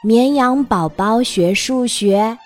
绵羊宝宝学数学。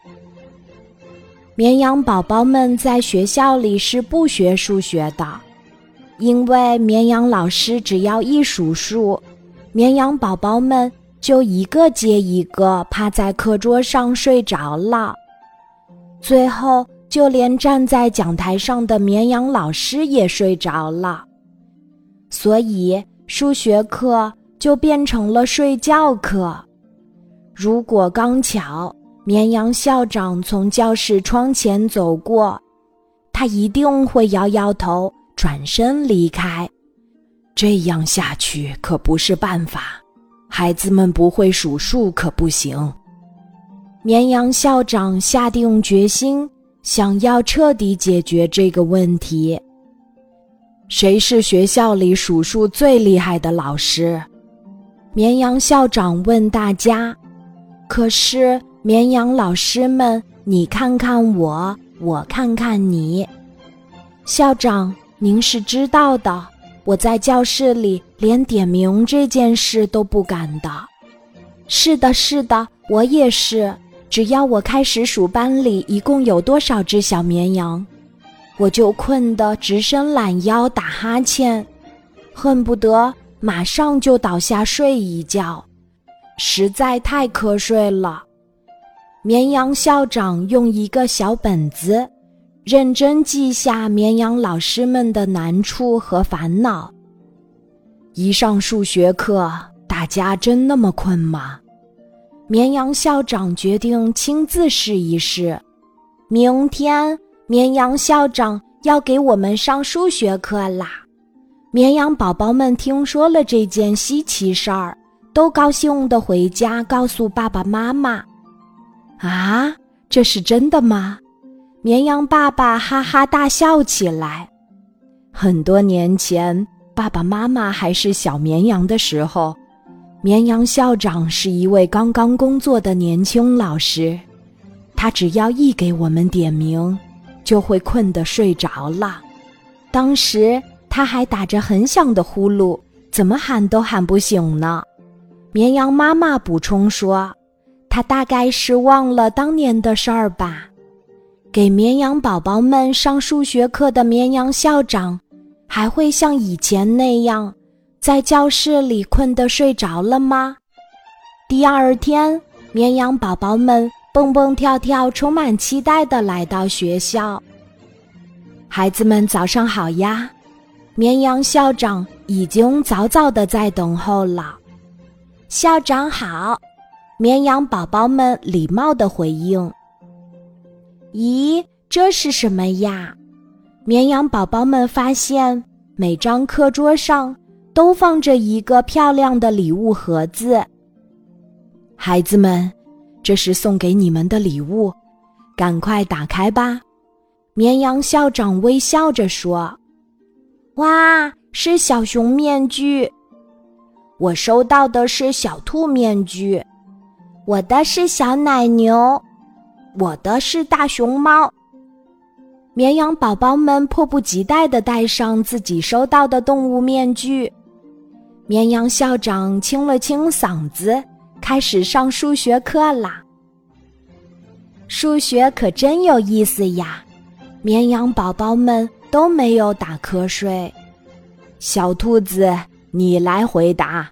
绵羊宝宝们在学校里是不学数学的，因为绵羊老师只要一数数，绵羊宝宝们就一个接一个趴在课桌上睡着了。最后就连站在讲台上的绵羊老师也睡着了，所以数学课就变成了睡觉课。如果刚巧绵羊校长从教室窗前走过，他一定会摇摇头，转身离开。这样下去可不是办法，孩子们不会数数可不行。绵羊校长下定决心，想要彻底解决这个问题。谁是学校里数数最厉害的老师？绵羊校长问大家。可是绵羊老师们，你看看我，我看看你。校长，您是知道的，我在教室里连点名这件事都不敢的。是的，是的，我也是。只要我开始数班里一共有多少只小绵羊，我就困得直伸懒腰打哈欠，恨不得马上就倒下睡一觉，实在太瞌睡了。绵羊校长用一个小本子认真记下绵羊老师们的难处和烦恼。一上数学课，大家真那么困吗？绵羊校长决定亲自试一试。明天绵羊校长要给我们上数学课啦。绵羊宝宝们听说了这件稀奇事儿，都高兴地回家告诉爸爸妈妈。啊，这是真的吗？绵羊爸爸哈哈大笑起来。很多年前，爸爸妈妈还是小绵羊的时候，绵羊校长是一位刚刚工作的年轻老师，他只要一给我们点名，就会困得睡着了。当时他还打着很响的呼噜，怎么喊都喊不醒呢。绵羊妈妈补充说，他大概是忘了当年的事儿吧。给绵羊宝宝们上数学课的绵羊校长，还会像以前那样在教室里困得睡着了吗？第二天，绵羊宝宝们蹦蹦跳跳，充满期待地来到学校。孩子们早上好呀！绵羊校长已经早早地在等候了。校长好！绵羊宝宝们礼貌地回应。咦，这是什么呀？绵羊宝宝们发现每张课桌上都放着一个漂亮的礼物盒子。孩子们，这是送给你们的礼物，赶快打开吧。绵羊校长微笑着说。哇，是小熊面具。我收到的是小兔面具。我的是小奶牛。我的是大熊猫。绵羊宝宝们迫不及待地戴上自己收到的动物面具。绵羊校长清了清嗓子，开始上数学课啦。数学可真有意思呀！绵羊宝宝们都没有打瞌睡。小兔子，你来回答。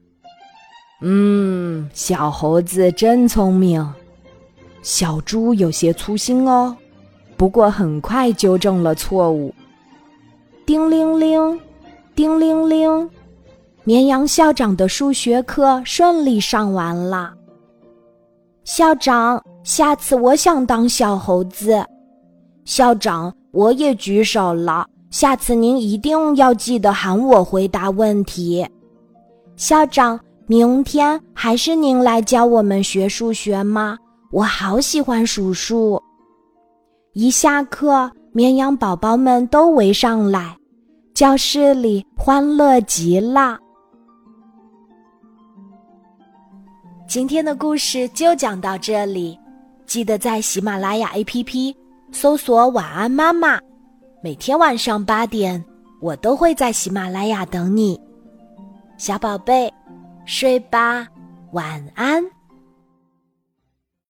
小猴子真聪明。小猪有些粗心哦，不过很快纠正了错误。叮铃铃，叮铃铃，绵羊校长的数学课顺利上完了。校长，下次我想当小猴子。校长，我也举手了，下次您一定要记得喊我回答问题。校长，明天还是您来教我们学数学吗？我好喜欢数数。一下课，绵羊宝宝们都围上来，教室里欢乐极了。今天的故事就讲到这里，记得在喜马拉雅 APP 搜索晚安妈妈，每天晚上8点，我都会在喜马拉雅等你。小宝贝，睡吧，晚安。